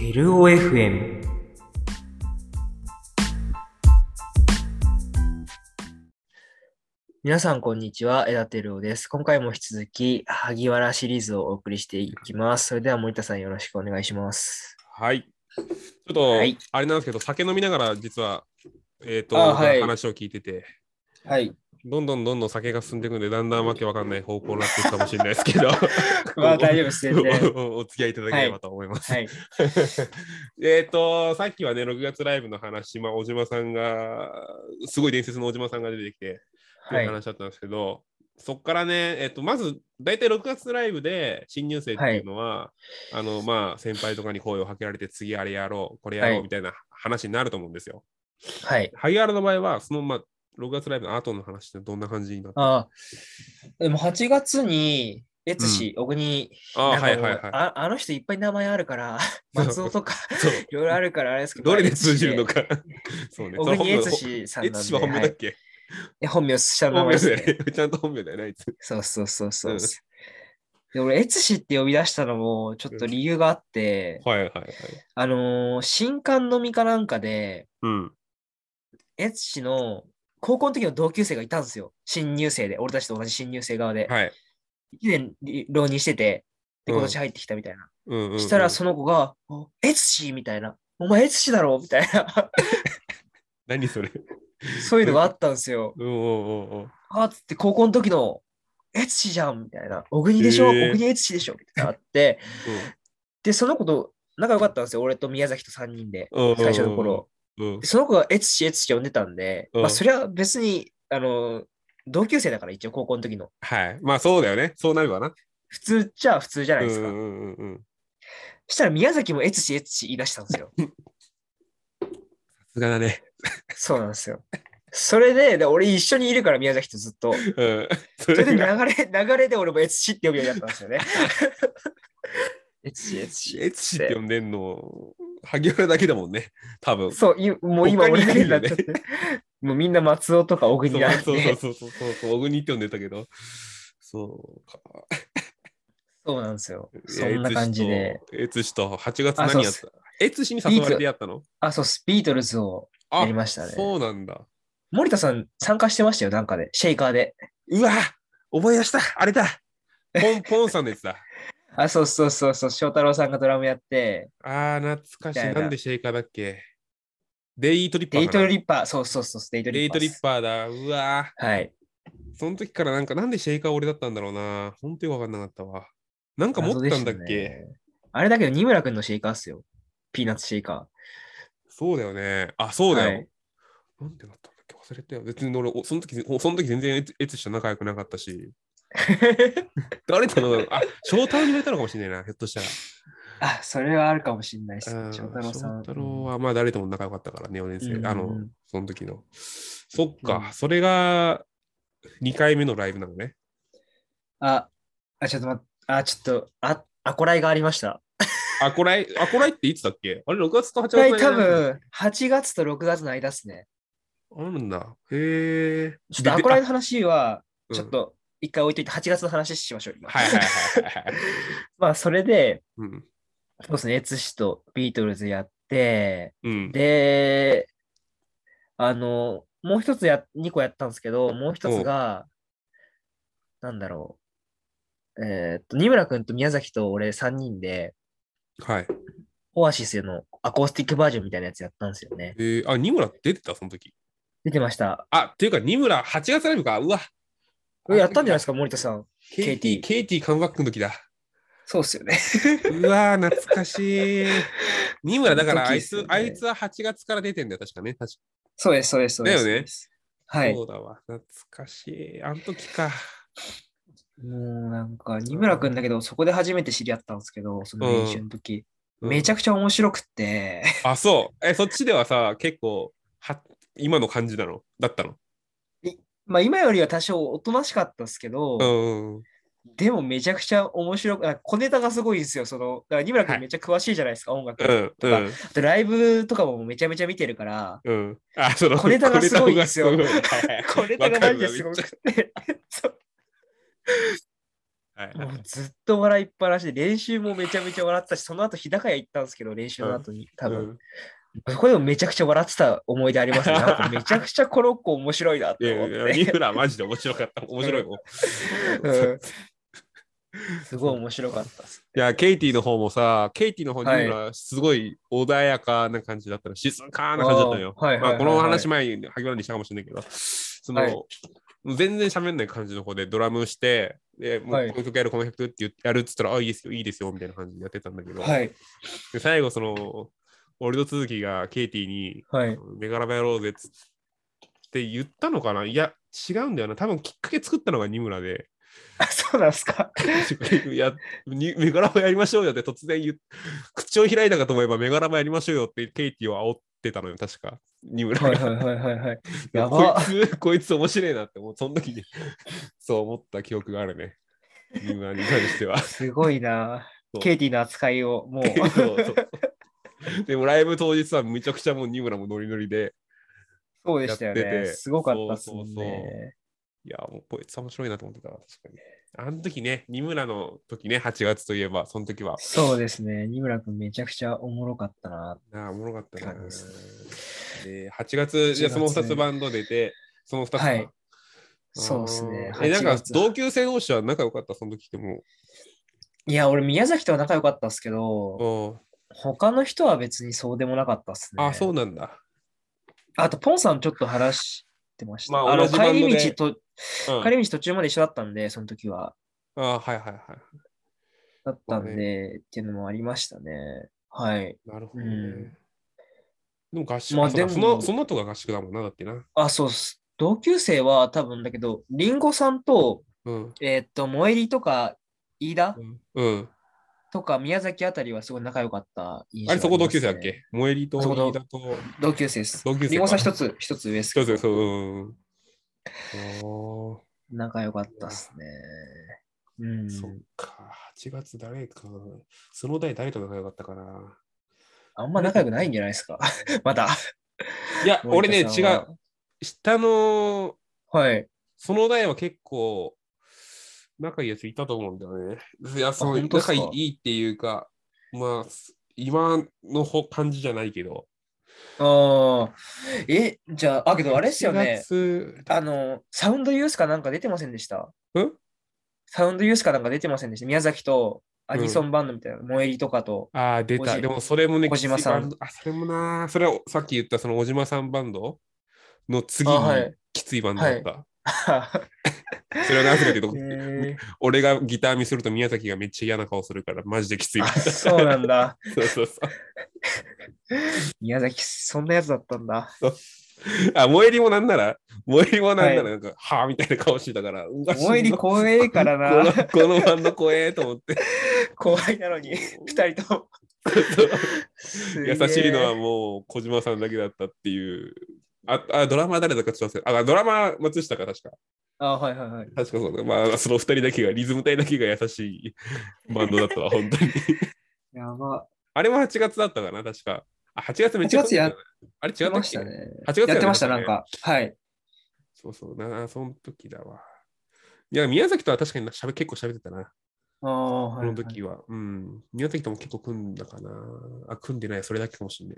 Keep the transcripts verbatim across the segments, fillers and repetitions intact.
テルオ エフエム。 皆さんこんにちは、枝テルオです。今回も引き続き萩原シリーズをお送りしていきます。それでは森田さんよろしくお願いします。 はい。ちょっと、 はい、 あれなんですけど、酒飲みながら実は、えっ、と、 あ、はい、 話を聞いてて、 はい。 どんどんどんどん酒が進んでいくので、だんだんわけわかんない方向になっていくかもしれないですけど、 まあ大丈夫です、全然。 お, お, お付き合いいただければと思います。 はい。 えっと、さっきはね、ろくがつライブの話、まあ、小島さんが、すごい伝説の小島さんが出てきて、っていう話だったんですけど、そこからね、えっと、まず、大体ろくがつライブで新入生っていうのは、はい、あの、まあ、先輩とかに声をかけられて、次あれやろう、これやろうみたいな話になると思うんですよ。 はい。 萩原の場合は、その、まあ、ろくがつライブの後の話ってどんな感じになった？ ああ、でもはちがつに、悦司、小国、なんかもう、あ、あの人いっぱい名前あるから、松尾とか、いろいろあるからあれですけど、 どれで通じるのか。そうね。 小国悦司さんなんで。 悦司は本名だっけ？ いや、本名、下の名前ですね。 ちゃんと本名だよね、あいつ。 そうそうそうそう。で、俺、悦司って呼び出したのも、ちょっと理由があって、 はいはいはい。 あのー、新刊飲みかなんかで、 うん。 悦司の高校の時の同級生がいたんですよ。新入生で、俺たちと同じ新入生側で。 はい。 いちねん浪人してて、で、今年入ってきたみたいな。したら、その子が、悦司みたいな。お前悦司だろみたいな。 何それ？ そういうのがあったんですよ。 うんうんうん。 あっつって高校の時の悦司じゃんみたいな。小国でしょ、小国悦司でしょみたいなあって、うん、で、その子と仲良かったんですよ。俺と宮崎とさんにんで、最初の頃。うん、その子が悦司悦司呼んでたんで、うん、まあそれは別に、あの、同級生だから一応高校の時の。 はい。まあそうだよね。そうなるわな。 普通っちゃ普通じゃないですか。 うんうんうん、 したら宮崎も悦司悦司言い出したんですよ。 さすがだね。 そうなんですよ。それで、で俺一緒にいるから宮崎とずっと。うん、そ, れそれで流れ、流れで俺も悦司って呼ぶようになったんですよね。悦司悦司。 悦司って呼んでんの、萩原だけだもんね。多分。 そう、もう今俺だけになっちゃって。もうみんな松尾とか小国なんで。 そうそうそうそうそうそう、小国って呼んでたけど。そうか。 そうなんですよ。そんな感じで。 悦司とはちがつ何やった？悦司に誘われてやったの？ あ、そうっす。ビートルズをやりましたね。 そうなんだ。 森田さん参加してましたよ、なんかで。シェイカーで。 うわ思い出した。あれだ。ポンポンさんのやつだ。 あ、そうそうそうそう。翔太郎さんがドラムやって。 ああ、懐かしい。なんでシェイカーだっけ？デイトリッパーデイトリッパー。そうそうそう。デイトリッパー。 デイトリッパーだ。うわはい。 その時からなんか、なんでシェイカー俺だったんだろうな。本当にわかんなかったわ。なんか持ったんだっけ、ね、 あれだけど、二村くんのシェイカーっすよ。ピーナッツシェイカー。 そうだよね。あ、そうだよ。はい、なんでだったんだっけ忘れたよ。別に俺、その時、その時全然エツシと仲良くなかったし。誰とのあ、翔太郎に言われたのかもしれないな、ひょっとしたら。 あ、それはあるかもしれないです。翔太郎さん。 翔太郎はまあ誰とも仲良かったからね、よねん生。うん、あの、その時の。そっか、うん、それがにかいめのライブなのね。 あ、あ、ちょっと待って、あ、ちょっと、あ、アコライがありました。 アコライ、アコライっていつだっけ？あれ、ろくがつとはちがつの間。多分、はちがつとろくがつの間ですね。 あるんだ。へえ。 ちょっとアコライの話は、ちょっと一回置いといて、はちがつの話しましょう、今。はいはいはいはい。まあ、それで、うん、そうですね、悦司とビートルズやって、うん、で、あの、もう一つや、にこやったんですけど、もう一つが、なんだろう。えー、っと、二村くんと宮崎と俺さんにんで、 はい。 オアシスのアコースティックバージョンみたいなやつやったんですよね。 えー、あ、二村出てたその時。 出てました。 あ、っていうか、二村、はちがつライブか。うわ。 やったんじゃないですか、森田さん。 ケイティ。ケイティカムバックの時だ。 そうっすよね。 うわー、懐かしい。二村、だからあいつ、ね、あいつははちがつから出てんだよ、確かね。確かそうです、そうです、そうです。 だよね。 はい。 そうだわ、懐かしい。あの時か。 もうなんか、二村くんだけど、そこで初めて知り合ったんですけど、その練習の時。うん、めちゃくちゃ面白くって。 あ、そう。え、そっちではさ、結構、は、今の感じなのだったの？ まあ今よりは多少おとなしかったですけど、 うん、 でもめちゃくちゃ面白く、小ネタがすごいんですよ。その、だから二村君めっちゃ詳しいじゃないですか、はい、音楽とか、うんうん。あとライブとかもめちゃめちゃ見てるから、うん、あその小ネタがすごいんですよ。小ネタがマジですごくて。そう。 はもうずっと笑いっぱなしで、練習もめちゃめちゃ笑ってたし、その後日高屋行ったんですけど、練習の後に、多分。うんそこでもめちゃくちゃ笑ってた思い出ありますね。なんかめちゃくちゃこの子面白いなって思って。いやいやニフラマジで面白かった。面白いもん。 うんすごい面白かったです。 いや、ケイティの方もさ、ケイティの方にはすごい穏やかな感じだったの、静かな感じだったのよ。まあ、この話前に萩原にしたかもしれないけど、その、はい、全然喋んない感じの子でドラムして、でもうこの曲やる、この曲って言ってやるっつったら、はい、あ、いいですよ、いいですよ、みたいな感じでやってたんだけど、はい、で最後、その、俺と続きがケイティに、はい、メガラバやろうぜって言ったのかな。いや、違うんだよな。多分きっかけ作ったのが二村で。 あ、そうなんですか。 いや、メガラバやりましょうよって突然言口を開いたかと思えばメガラバやりましょうよってケイティを煽ってたのよ、確か。二村が。はいはいはいはい、はい。やばこいつ、こいつ面白いなって、もうその時にそう思った記憶があるね。二村に関しては。 すごいな。ケイティの扱いをもう。そうそうでもライブ当日はめちゃくちゃもう二村もノリノリでそうでしたよね。すごかったっすね。そうそうそういや、もうこいつ面白いなと思ってた。確かに。あの時ね、二村の時ね、はちがつといえば、その時は。 そうですね。二村君めちゃくちゃおもろかったな。 ああ、おもろかったな。で、はちがつ、じゃそのふたつバンド出て、そのふたつか。はい、 そうですね。 え、なんか同級生同士は仲良かった、その時ってもう。いや、俺、宮崎とは仲良かったっすけど、他の人は別にそうでもなかったっすね。 あ、そうなんだ。 あと、ポンさんちょっと話してました。まあ、あの帰り道と、うん、帰り道途中まで一緒だったんで、その時は。 ああ、はいはいはい。 だったんで、ね、っていうのもありましたね。はい。 なるほどね。うん、でも合宿、まあ、でもその、その後が合宿だもんな、だってな。 あ、そうっす。同級生は多分だけど、リンゴさんと、うん、えー、っと、萌えりとか、飯田、うんうんとか宮崎あたりはすごい仲良かった印象あ、ね、あれそこ同級生だっけ萌えりと飯田と同級生です。 同級生リンゴさん一つ、一つ上ですけど。 そうそう、 うん。仲良かったっすね。 うん。そっか、はちがつ誰か、その代誰と仲良かったかな。 あんま仲良くないんじゃないですか。まだ。 いや、俺ね、違う。下の、はい。その代は結構、仲いいやついたと思うんだよね。いや、その仲いいっていうか、まあ、今の感じじゃないけど。 ああ、え、じゃあ、あ、けどあれっすよね。あの、サウンドユースかなんか出てませんでしたんサウンドユースかなんか出てませんでした宮崎とアニソンバンドみたいな、萌えりとかと。 ああ、出た。でもそれもね、 小島さん。 あ、それもな、それはさっき言ったその小島さんバンドの次にきついバンドだった。それはなぜかというと、えー、俺がギター見すると宮崎がめっちゃ嫌な顔するから、マジできつい。 あ、そうなんだ。 そうそうそう。 宮崎、そんなやつだったんだ。 あ、萌えりもなんなら、萌えりもなんなら、なんか、はい、はあみたいな顔してたから、 萌えり怖えからなこの。このバンド怖えと思って。 怖いなのに、二人とも。 優しいのはもう小島さんだけだったっていう。あ、あドラマ誰だかちょっと忘れあ、ドラマ松下か確か。 あ、はいはいはい。 確かそうだ。まあ、その二人だけが、リズム隊だけが優しいバンドだったわ、本当に。 やば。 あれもはちがつだったかな、確か。あ、はちがつめっちゃはちがつやあれ違ったっけ、 ね、 はちがつやってました、なんか。はい。 そうそう、な、その時だわ。いや、宮崎とは確かにしゃべ結構喋ってたな。 ああ、 はい、はい。この時は。うん。宮崎とも結構組んだかな。あ、組んでない、それだけかもしれない。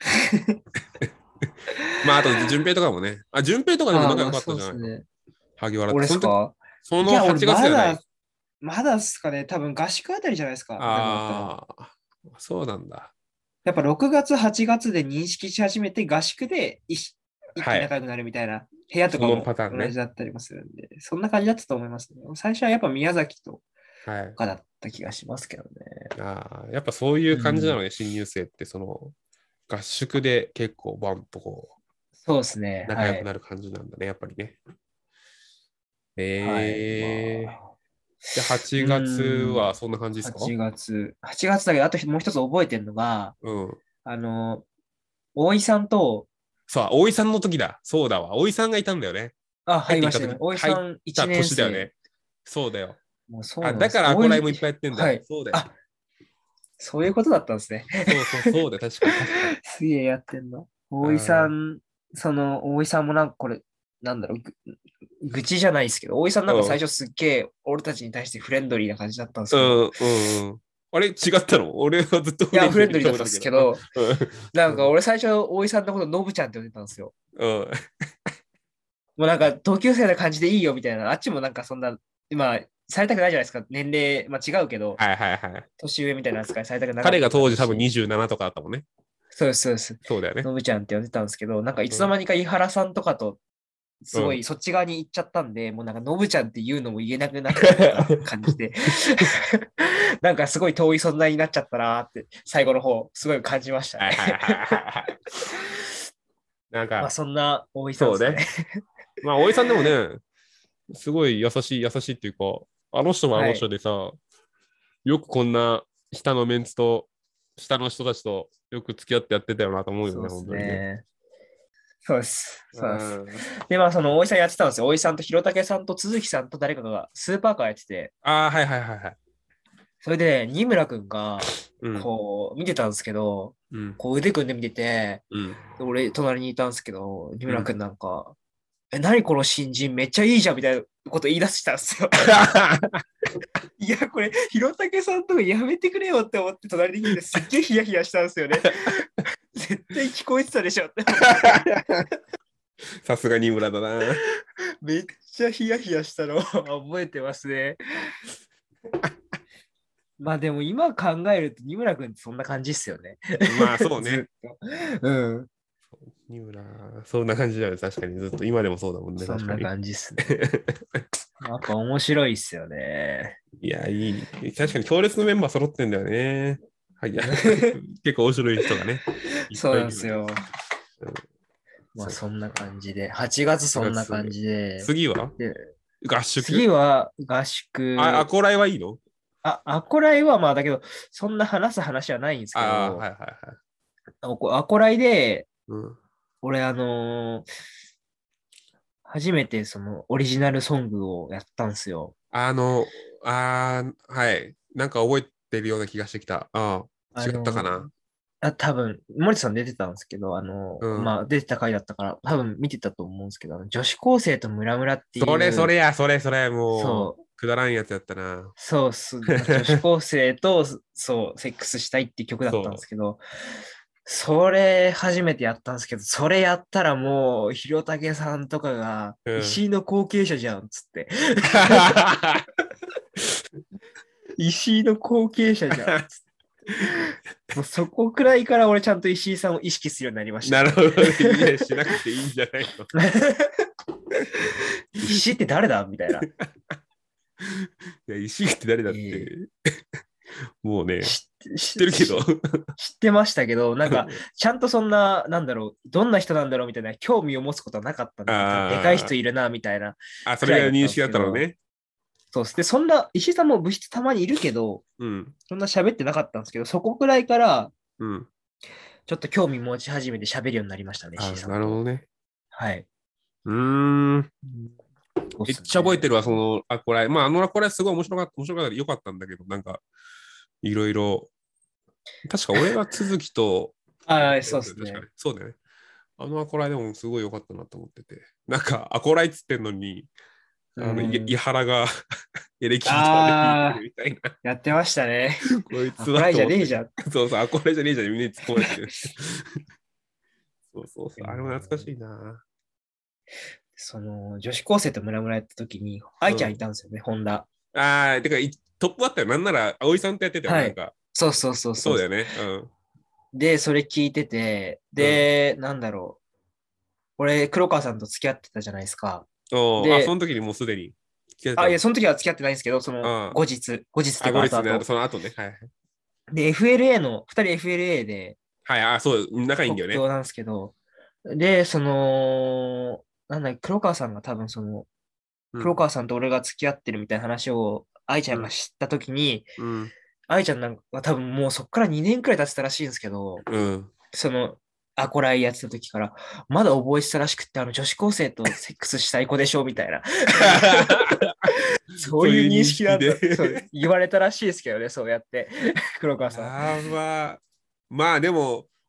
まあ、あと、順平とかもね。あ、順平とかでも仲良かったじゃないの、ね、萩原って。 俺ですかそのはちがつじゃない。 まだっすかね、多分合宿あたりじゃないですか。 ああ、そうなんだ。 やっぱろくがつ、はちがつで認識し始めて、合宿で一気に仲良くなるみたいな、はい、部屋とかも同じだったりもするんで、そんな感じだったと思いますね。最初はやっぱ宮崎とかだった気がしますけどね。 はい、ああ、やっぱそういう感じなのね、うん、新入生って、その合宿で結構バンとこう、 そうですね。 仲良くなる感じなんだね、はい、やっぱりね。えー。はいまあで、はちがつはそんな感じですか ? はち 月。はちがつだけど、あともう一つ覚えてるのが、うん、あの、大井さんと、 そう、大井さんの時だ。そうだわ。大井さんがいたんだよね。 あ、入りましたね。大井さんいちねん生だよね。そうだよ。 もうそうあだからアコライもいっぱいやってんだよ。 はい、 そうだよ。あ、 そういうことだったんですね。 そうそうそうだよ。確かに確かに。 すげえやってんの。大井さん、その、大井さんもなんかこれ、なんだろう、 愚痴じゃないですけど、大井さんなんか最初すっげえ俺たちに対してフレンドリーな感じだったんですけど。 うんうんうん。あれ違ったの？俺はずっとフレンドリー。いや、フレンドリーだったんですけど、なんか俺最初、大井さんのことノブちゃんって呼んでたんですよ。うん。もうなんか同級生な感じでいいよみたいな、あっちもなんかそんな、今、されたくないじゃないですか。年齢、まあ違うけど、 はいはいはい。 年上みたいな扱いされたくない。 彼が当時多分にじゅうななとかだったもんね。 そうです、そうです。 そうだよね。 ノブちゃんって呼んでたんですけど、なんかいつの間にか井原さんとかと、すごいそっち側に行っちゃったんで、うん、もうなんかノブちゃんって言うのも言えなくなっちゃった感じで、なんかすごい遠い存在になっちゃったなって、最後の方、すごい感じましたね。なんか、まあそんな大井さんですね。 そうね。まあ大井さんでもね、すごい優しい、優しいっていうか、あの人もあの人でさ、はい、よくこんな下のメンツと、下の人たちとよく付き合ってやってたよなと思うよね、本当にね。 そうです。そうです。で、まあ、その大井さんやってたんですよ。大井さんと弘武さんと都築さんと誰かがスーパーカーやってて。 ああ、はいはいはいはい。 それで、二村くんが、こう、見てたんですけど、うん、こう腕組んで見てて、うん、俺、隣にいたんですけど、二村くんなんか、うん、え、何この新人めっちゃいいじゃんみたいなこと言い出したんですよ。いや、これ、弘武さんとかやめてくれよって思って、隣にいてすっげえヒヤヒヤしたんですよね。絶対聞こえてたでしょって。 さすが二村だな。 めっちゃヒヤヒヤしたのを覚えてますね。まあでも今考えると二村君ってそんな感じっすよね。 まあそうね。 うん。 二村、そんな感じだよね。確かにずっと今でもそうだもんね。 そんな感じっすね。やっぱ面白いっすよね。 いや、いい。確かに強烈なメンバー揃ってんだよね。はい、結構面白い人がね。 そうなんですよ。うん、まあそんな感じで。はちがつそんな感じで。 次は合宿次は合宿。 あ、アコライはいいの？ あ、アコライはまあだけど、そんな話す話はないんですけど、 あ、はいはいはい、 アコライで、うん、俺あのー、初めてそのオリジナルソングをやったんですよ。 あの、あはい。なんか覚えてるような気がしてきた。ああ、違ったかな。 あ、多分、森さん出てたんですけど、あの、うん、まあ、出てた回だったから、多分見てたと思うんですけど、女子高生とムラムラっていう。 それそれや、それそれ、もう、そう。くだらんやつやったな。 そうす、女子高生と、そう、セックスしたいっていう曲だったんですけど、それ初めてやったんですけど、それやったらもう、弘武さんとかが、石井の後継者じゃん、つって。石井の後継者じゃん、つって。もうそこくらいから俺ちゃんと石井さんを意識するようになりました、 ね。なるほど。いや、しなくていいんじゃないの。 石井って誰だみたいな。いや、石井って誰だって。えー、もうね、知ってるけど。 知ってましたけど、なんか、ちゃんとそんな、なんだろう、どんな人なんだろうみたいな興味を持つことはなかったんで、でかい人いるな、みたいな。 あ、それが認識だったのね。 そうで、そんな、石井さんも部室たまにいるけど、うん、そんな喋ってなかったんですけど、そこくらいから、うん、ちょっと興味持ち始めて喋るようになりましたね、石井さん。 なるほどね。 はい。 うーん。めっちゃ覚えてるわ、そのアコライ。まあ、あのアコライすごい面白かった、面白かった、よかったんだけど、なんか、いろいろ。確か俺が続きと、 ああ、そうですね。 そうだよね。あのアコライでもすごい良かったなと思ってて。なんか、アコライっつってんのに、あの、伊原がエレキギターで弾いてるみたいな。 やってましたね。 こいつは。アコライじゃねえじゃん。 そうそう、アコライじゃねえじゃん。みんなに突っ込まれてる。そうそうそう。あれも懐かしいな。 その、女子高生とムラムラやった時に、愛ちゃんいたんですよね、ホンダ。 ああ、てか、トップあったよ。なんなら、葵さんとやってたよ、なんか。 そうそうそうそう。そうだよね。 うん。で、それ聞いてて、で、なんだろう。俺、黒川さんと付き合ってたじゃないですか。 で、あ、その時にもうすでに。 あ、いや、その時は付き合ってないんですけど、その、後日、後日っていうか、後日ね、その後ね。はい。 で、エフエルエー の、二人 エフエルエー で、 はい、あ、そう、仲いいんだよね。 なんですけど、で、その、なんだ、黒川さんが多分その、黒川さんと俺が付き合ってるみたいな話を、愛ちゃんが知った時に、うん、愛ちゃんなんか多分もうそっからにねんくらい経ってたらしいんですけど、うん、その、アコライやってた時から、まだ覚えてたらしくって、あの女子高生とセックスしたい子でしょみたいな。そういう認識なんだそう言われたらしいですけどね、そうやって。黒川さん。 あまあ、まあでも、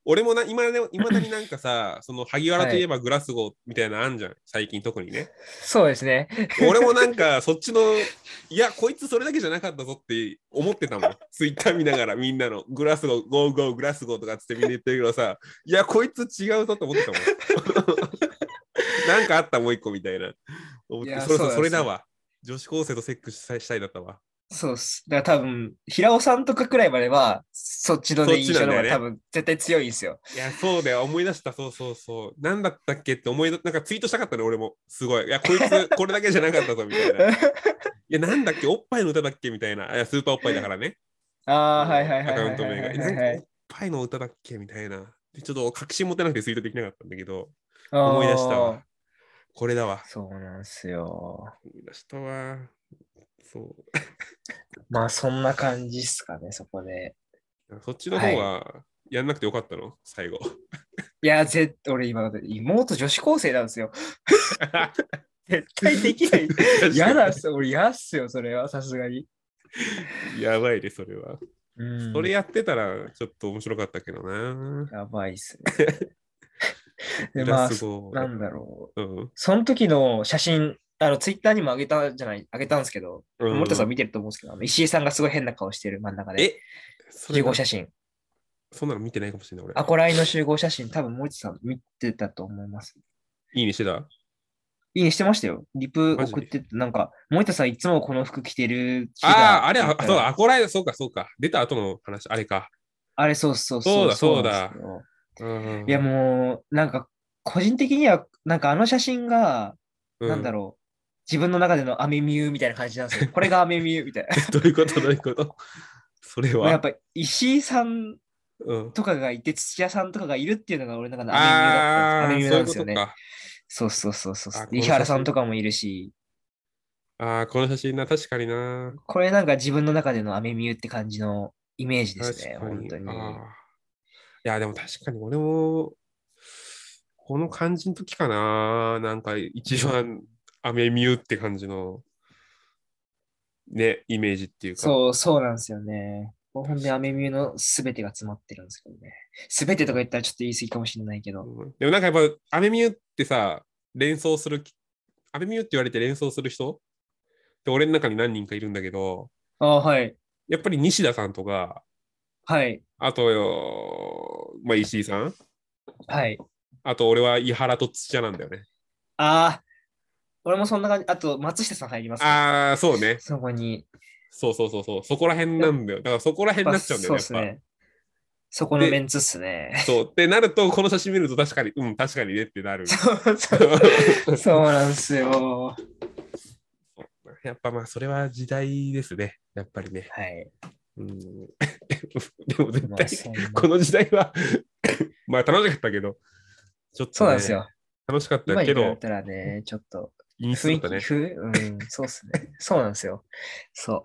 俺もないまだになんかさ、その萩原といえばグラスゴーみたいなのあんじゃん、はい、最近特にね。 そうですね。 俺もなんかそっちの、いや、こいつそれだけじゃなかったぞって思ってたもん。ツイッター見ながらみんなのグラスゴー、ゴーゴー、グラスゴーとかっつってみんな言ってるけどさ、いや、こいつ違うぞと思ってたもん。なんかあったもう一個みたいな。いやそろそろそれだわ。女子高生とセックスしたいだったわ。 そうっす。だから多分、平尾さんとかくらいまでは、そっちの、ね、印象の方が多分絶対強いんですよ。 いや、そうだよ。思い出した。そうそうそう。なんだったっけって思い出、なんかツイートしたかったね、俺も。すごい。いや、こいつ、これだけじゃなかったぞ、みたいな。いや、なんだっけ、おっぱいの歌だっけみたいな。いや、スーパーおっぱいだからね。 ああ、はいはいはい。 アカウント名が。なんか、おっぱいの歌だっけみたいな。でちょっと確信持てなくてツイートできなかったんだけど、思い出したわ。これだわ。 そうなんですよ。 思い出したわ。そう。 まあ、そんな感じっすかね、そこで。 そっちの方はやんなくてよかったの、はい、最後。 いや、絶対、俺今、妹女子高生なんですよ。絶対できない。嫌だっす、俺嫌っすよ、それは、さすがに。 やばいね、それは。うん、それやってたらちょっと面白かったけどな。 やばいっすね。で、まあ、なんだろう。うん、その時の写真、あの、ツイッターにも上げたじゃない、上げたんですけど、うん、森田さん見てると思うんですけど、石井さんがすごい変な顔してる真ん中で。え集合写真。 そんなの見てないかもしれない、俺。 アコライの集合写真、多分森田さん見てたと思います。 いいにしてたいいにしてましたよ。リプ送ってて、なんか、森田さんいつもこの服着てる。 ああ、あれ、あ、そうだ、アコライ、そうか、そうか。出た後の話、あれか。 あれ、そうそうそうだ、そうだ。 うん、いや、もう、なんか、個人的には、なんかあの写真が、うん、なんだろう、自分の中でのアメミューみたいな感じなんですよ。これがアメミューみたいな。 どういうことどういうことそれは。 やっぱ、石井さんとかがいて、土屋さんとかがいるっていうのが俺の中のアメミューだったんです。アメミューなんですよね。そうそうそうそう。石原さんとかもいるし。 ああ、この写真な、確かにな。 これなんか自分の中でのアメミューって感じのイメージですね、本当に。 いや、でも確かに俺も、この感じの時かな、なんか一番アメミューって感じの、ね、イメージっていうか。 そう、そうなんですよね。ほんでアメミューのすべてが詰まってるんですけどね。すべてとか言ったらちょっと言い過ぎかもしれないけど。 うん、でもなんかやっぱアメミューってさ、連想する、アメミューって言われて連想する人って俺の中に何人かいるんだけど、 ああ、はい。 やっぱり西田さんとか、 はい。 あとよ、まあ、石井さん。 はい。 あと俺は伊原と土屋なんだよね。 ああ、俺もそんな感じ。あと松下さん入りますね。 ああ、そうね。 そこに。 そうそうそうそう。そこら辺なんだよ。だからそこら辺になっちゃうんだよね。 そうですね。そこのメンツっすね。 そう。ってなると、この写真見ると確かに、うん、確かにねってなる。 そうそうそうなんですよ。 やっぱまあ、それは時代ですね。やっぱりね。 はい。 うん、でも絶対、まあ、この時代はまあ楽しかったけど、ちょっと、ね、 そうなんですよ。 楽しかったけど。 今言ったらね、ちょっと。 インストだね。 うん、そうっすね。そうなんですよ。そう。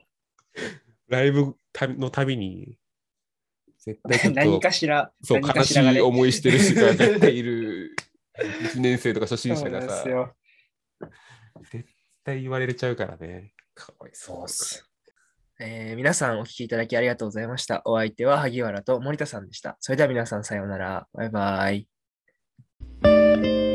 ライブのたびに、絶対ちょっと何かしら、 そう、悲しい思いしてる人が絶対いるいちねん生とか初心者がさ、絶対言われちゃうからね。かわいそうっす。 えー、皆さんお聞きいただきありがとうございました。お相手は萩原と森田さんでした。それでは皆さんさようなら。バイバイ。